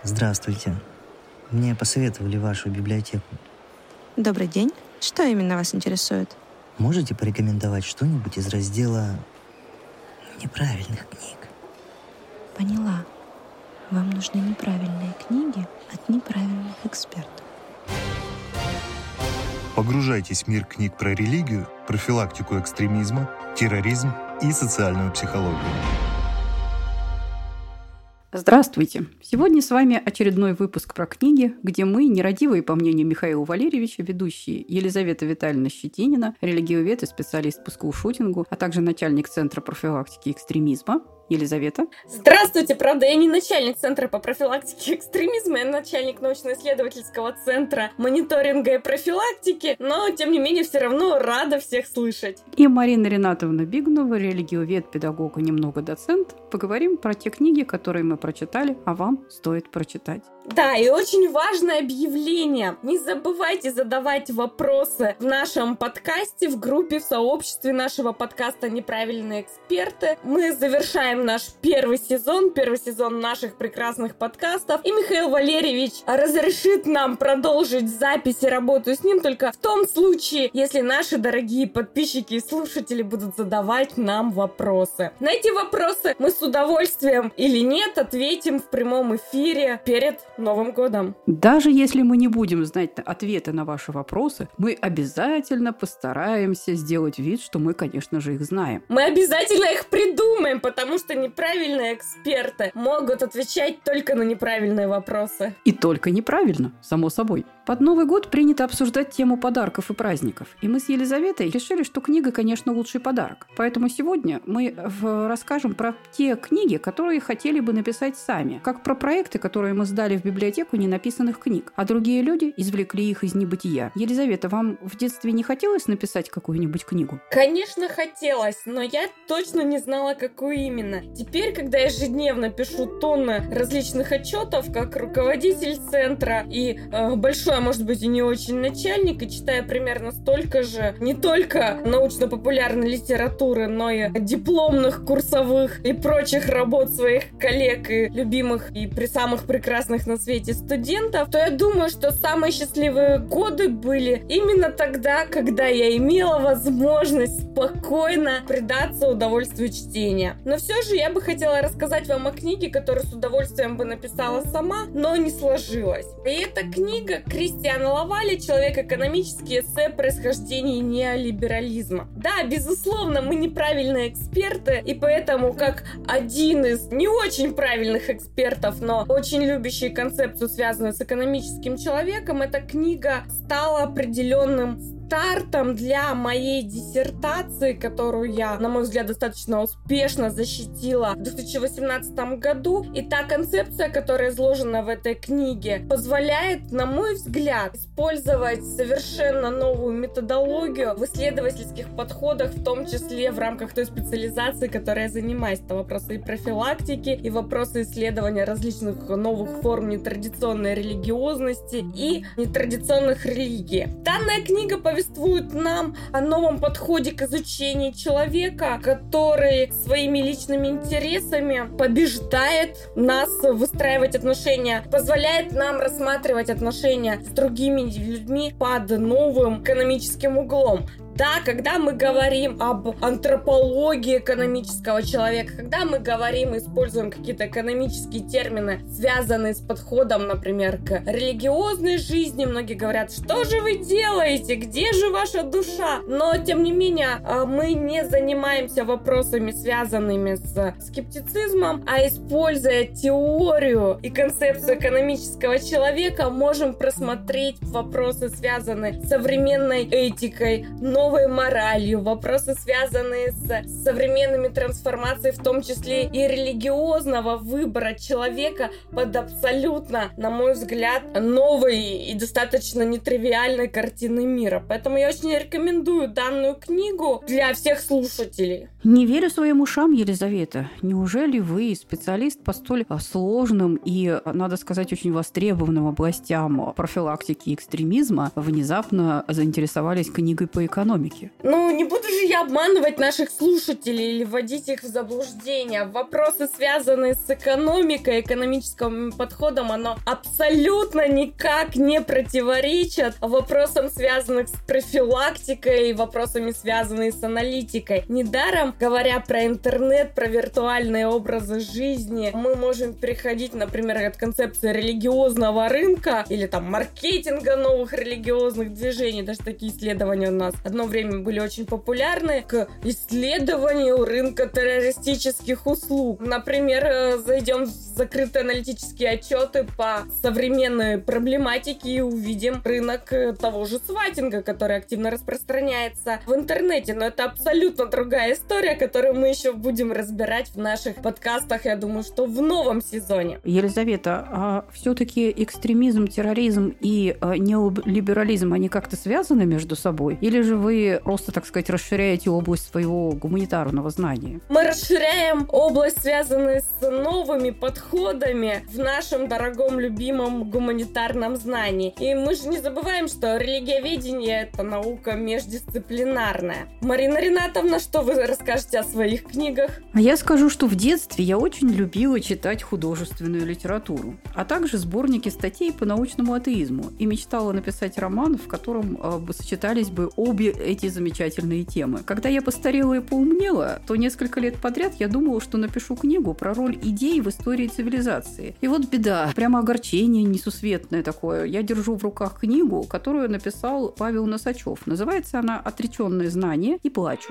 Здравствуйте. Мне посоветовали вашу библиотеку. Добрый день. Что именно вас интересует? Можете порекомендовать что-нибудь из раздела неправильных книг? Поняла. Вам нужны неправильные книги от неправильных экспертов. Погружайтесь в мир книг про религию, профилактику экстремизма, терроризм и социальную психологию. Здравствуйте! Сегодня с вами очередной выпуск про книги, где мы, нерадивые, по мнению Михаила Валерьевича, ведущие Елизавета Витальевна Щетинина, религиовед и специалист по скулшутингу, а также начальник Центра профилактики экстремизма. Елизавета. Здравствуйте! Правда, я не начальник Центра по профилактике экстремизма, я начальник научно-исследовательского центра мониторинга и профилактики, но, тем не менее, все равно рада всех слышать. И Марина Ринатовна Бигнова, религиовед, педагог и немного доцент. Поговорим про те книги, которые мы прочитали, а вам стоит прочитать. Да, и очень важное объявление. Не забывайте задавать вопросы в нашем подкасте, в группе, в сообществе нашего подкаста «Неправильные эксперты». Мы завершаем наш первый сезон наших прекрасных подкастов. И Михаил Валерьевич разрешит нам продолжить запись и работу с ним только в том случае, если наши дорогие подписчики и слушатели будут задавать нам вопросы. На эти вопросы мы с удовольствием или нет ответим в прямом эфире перед Новым годом. Даже если мы не будем знать ответы на ваши вопросы, мы обязательно постараемся сделать вид, что мы, конечно же, их знаем. Мы обязательно их придумаем, потому что неправильные эксперты могут отвечать только на неправильные вопросы. И только неправильно, само собой. Под Новый год принято обсуждать тему подарков и праздников. И мы с Елизаветой решили, что книга, конечно, лучший подарок. Поэтому сегодня мы расскажем про те книги, которые хотели бы написать сами. Как про проекты, которые мы сдали в библиотеку ненаписанных книг. А другие люди извлекли их из небытия. Елизавета, вам в детстве не хотелось написать какую-нибудь книгу? Конечно, хотелось, но я точно не знала, какую именно. Теперь, когда я ежедневно пишу тонны различных отчетов, как руководитель центра и большой, а может быть и не очень начальник, и читаю примерно столько же не только научно-популярной литературы, но и дипломных, курсовых и прочих работ своих коллег и любимых и при самых прекрасных на свете студентов, то я думаю, что самые счастливые годы были именно тогда, когда я имела возможность спокойно предаться удовольствию чтения. Но все же я бы хотела рассказать вам о книге, которую с удовольствием бы написала сама, но не сложилось. И эта книга Кристиана Лаваля «Человек-экономические эссе. Происхождение неолиберализма». Да, безусловно, мы неправильные эксперты, и поэтому, как один из не очень правильных экспертов, но очень любящий концепцию, связанную с экономическим человеком, эта книга стала определенным стартом для моей диссертации, которую я, на мой взгляд, достаточно успешно защитила в 2018 году. И та концепция, которая изложена в этой книге, позволяет, на мой взгляд, использовать совершенно новую методологию в исследовательских подходах, в том числе в рамках той специализации, которой я занимаюсь. Это вопросы и профилактики, и вопросы исследования различных новых форм нетрадиционной религиозности и нетрадиционных религий. Данная книга повествует нам о новом подходе к изучению человека, который своими личными интересами побеждает нас выстраивать отношения, позволяет нам рассматривать отношения с другими людьми под новым экономическим углом. Да, когда мы говорим об антропологии экономического человека, когда мы говорим и используем какие-то экономические термины, связанные с подходом, например, к религиозной жизни, многие говорят, что же вы делаете, где же ваша душа? Но, тем не менее, мы не занимаемся вопросами, связанными с скептицизмом, а используя теорию и концепцию экономического человека, можем просмотреть вопросы, связанные с современной этикой, новой моралью, вопросы, связанные с современными трансформациями, в том числе и религиозного выбора человека под абсолютно, на мой взгляд, новой и достаточно нетривиальной картины мира. Поэтому я очень рекомендую данную книгу для всех слушателей. Не верю своим ушам, Елизавета. Неужели вы, специалист по столь сложным и, надо сказать, очень востребованным областям профилактики экстремизма, внезапно заинтересовались книгой по экономике? экономики. Не буду же я обманывать наших слушателей или вводить их в заблуждение. Вопросы, связанные с экономикой, экономическим подходом, оно абсолютно никак не противоречит вопросам, связанным с профилактикой, вопросами, связанными с аналитикой. Недаром, говоря про интернет, про виртуальные образы жизни, мы можем переходить, например, от концепции религиозного рынка или там маркетинга новых религиозных движений, даже такие исследования у нас одно время были очень популярны, к исследованию рынка террористических услуг. Например, зайдем в закрытые аналитические отчеты по современной проблематике и увидим рынок того же сватинга, который активно распространяется в интернете. Но это абсолютно другая история, которую мы еще будем разбирать в наших подкастах, я думаю, что в новом сезоне. Елизавета, а все-таки экстремизм, терроризм и неолиберализм, они как-то связаны между собой? Или же вы просто, так сказать, расширяете область своего гуманитарного знания? Мы расширяем область, связанную с новыми подходами в нашем дорогом, любимом гуманитарном знании. И мы же не забываем, что религиоведение — это наука междисциплинарная. Марина Ринатовна, что вы расскажете о своих книгах? А я скажу, что в детстве я очень любила читать художественную литературу, а также сборники статей по научному атеизму и мечтала написать роман, в котором сочетались бы обе эти замечательные темы. Когда я постарела и поумнела, то несколько лет подряд я думала, что напишу книгу про роль идей в истории цивилизации. И вот беда, прямо огорчение несусветное такое. Я держу в руках книгу, которую написал Павел Носачев. Называется она «Отреченное знание», и плачу.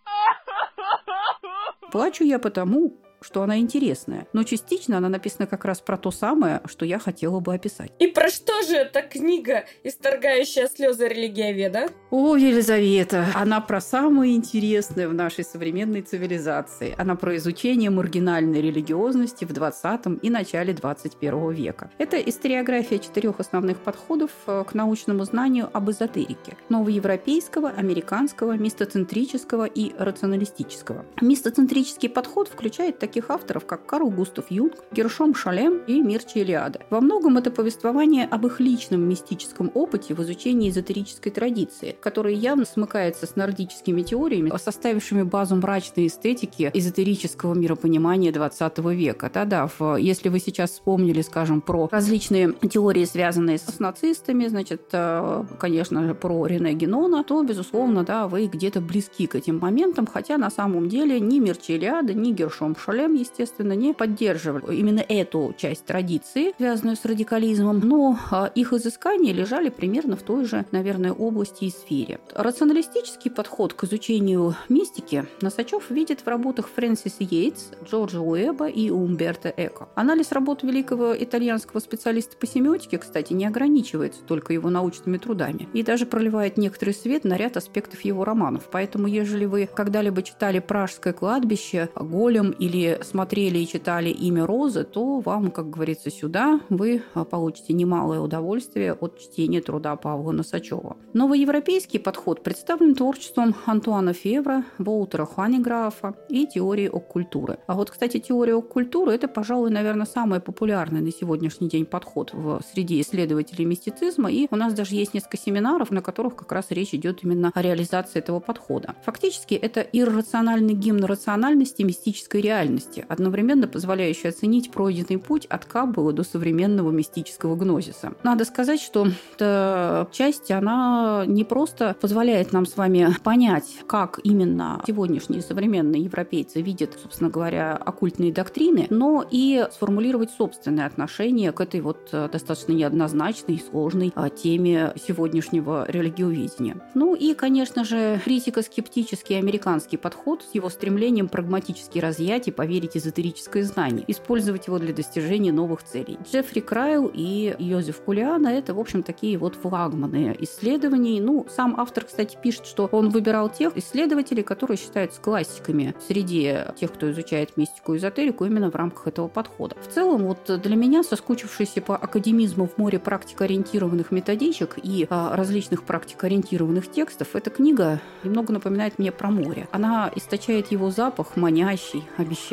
Плачу я потому, что она интересная, но частично она написана как раз про то самое, что я хотела бы описать. И про что же эта книга, исторгающая слезы религиоведа? О, Елизавета, она про самое интересное в нашей современной цивилизации. Она про изучение маргинальной религиозности в 20 и начале 21 века. Это историография 4 основных подходов к научному знанию об эзотерике: новоевропейского, американского, мистоцентрического и рационалистического. Мистоцентрический подход включает таких авторов, как Карл Густав Юнг, Гершом Шалем и Мирча Элиade. Во многом это повествование об их личном мистическом опыте в изучении эзотерической традиции, которая явно смыкается с нордическими теориями, составившими базу мрачной эстетики эзотерического миропонимания 20 века. Да-да, если вы сейчас вспомнили, скажем, про различные теории, связанные с нацистами, значит, конечно, про Рене Генона, то, безусловно, да, вы где-то близки к этим моментам, хотя на самом деле ни Мирча Элиade, ни Гершом Шалем, естественно, не поддерживали именно эту часть традиции, связанную с радикализмом, но их изыскания лежали примерно в той же, наверное, области и сфере. Рационалистический подход к изучению мистики Носачев видит в работах Фрэнсиса Йейтс, Джорджа Уэбба и Умберто Эко. Анализ работ великого итальянского специалиста по семиотике, кстати, не ограничивается только его научными трудами и даже проливает некоторый свет на ряд аспектов его романов. Поэтому, ежели вы когда-либо читали «Пражское кладбище», «Голем» или смотрели и читали «Имя Розы», то вам, как говорится, сюда вы получите немалое удовольствие от чтения труда Павла Носачева. Новоевропейский подход представлен творчеством Антуана Февра, Волтера Ханиграфа и теории оккультуры. А вот, кстати, теория оккультуры – это, пожалуй, наверное, самый популярный на сегодняшний день подход в среде исследователей мистицизма, и у нас даже есть несколько семинаров, на которых как раз речь идет именно о реализации этого подхода. Фактически, это иррациональный гимн рациональности мистической реальности, одновременно позволяющий оценить пройденный путь от Каббалы до современного мистического гнозиса. Надо сказать, что эта часть, она не просто позволяет нам с вами понять, как именно сегодняшние современные европейцы видят, собственно говоря, оккультные доктрины, но и сформулировать собственное отношение к этой вот достаточно неоднозначной и сложной теме сегодняшнего религиоведения. Ну и, конечно же, критико-скептический американский подход с его стремлением прагматически разъять и поверить эзотерическое знание, использовать его для достижения новых целей. Джеффри Крайл и Йозеф Пулиано – это, в общем, такие вот флагманы исследований. Ну, сам автор, кстати, пишет, что он выбирал тех исследователей, которые считаются классиками среди тех, кто изучает мистику и эзотерику именно в рамках этого подхода. В целом, вот для меня, соскучившийся по академизму в море практикоориентированных методичек и различных практикоориентированных текстов, эта книга немного напоминает мне про море. Она источает его запах, манящий, обещающий,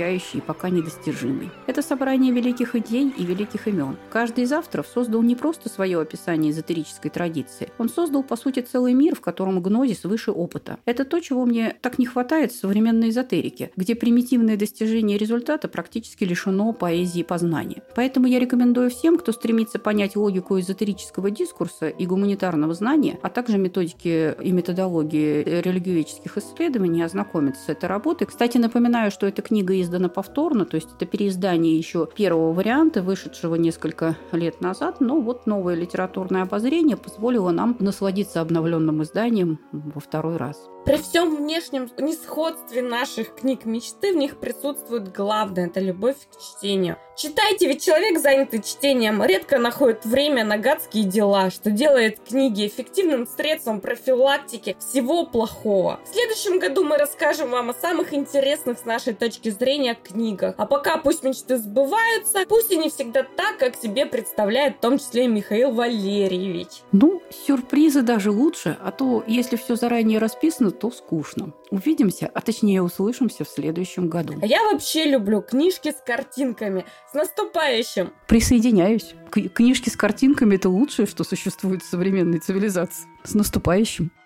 многообещающий и пока недостижимый. Это собрание великих идей и великих имен. Каждый из авторов создал не просто свое описание эзотерической традиции. Он создал, по сути, целый мир, в котором гнозис выше опыта. Это то, чего мне так не хватает в современной эзотерике, где примитивное достижение результата практически лишено поэзии познания. Поэтому я рекомендую всем, кто стремится понять логику эзотерического дискурса и гуманитарного знания, а также методики и методологии религиоведческих исследований, ознакомиться с этой работой. Кстати, напоминаю, что эта книга издана повторно, то есть это переиздание еще первого варианта, вышедшего несколько лет назад, но вот новое литературное обозрение позволило нам насладиться обновленным изданием во второй раз. При всем внешнем несходстве наших книг мечты в них присутствует главное – это любовь к чтению. Читайте, ведь человек, занятый чтением, редко находит время на гадские дела, что делает книги эффективным средством профилактики всего плохого. В следующем году мы расскажем вам о самых интересных с нашей точки зрения книгах. А пока пусть мечты сбываются, пусть и не всегда так, как себе представляет в том числе и Михаил Валерьевич. Ну, сюрпризы даже лучше, а то, если все заранее расписано, то скучно. Увидимся, а точнее услышимся в следующем году. А я вообще люблю книжки с картинками. С наступающим! Присоединяюсь. Книжки с картинками – это лучшее, что существует в современной цивилизации. С наступающим!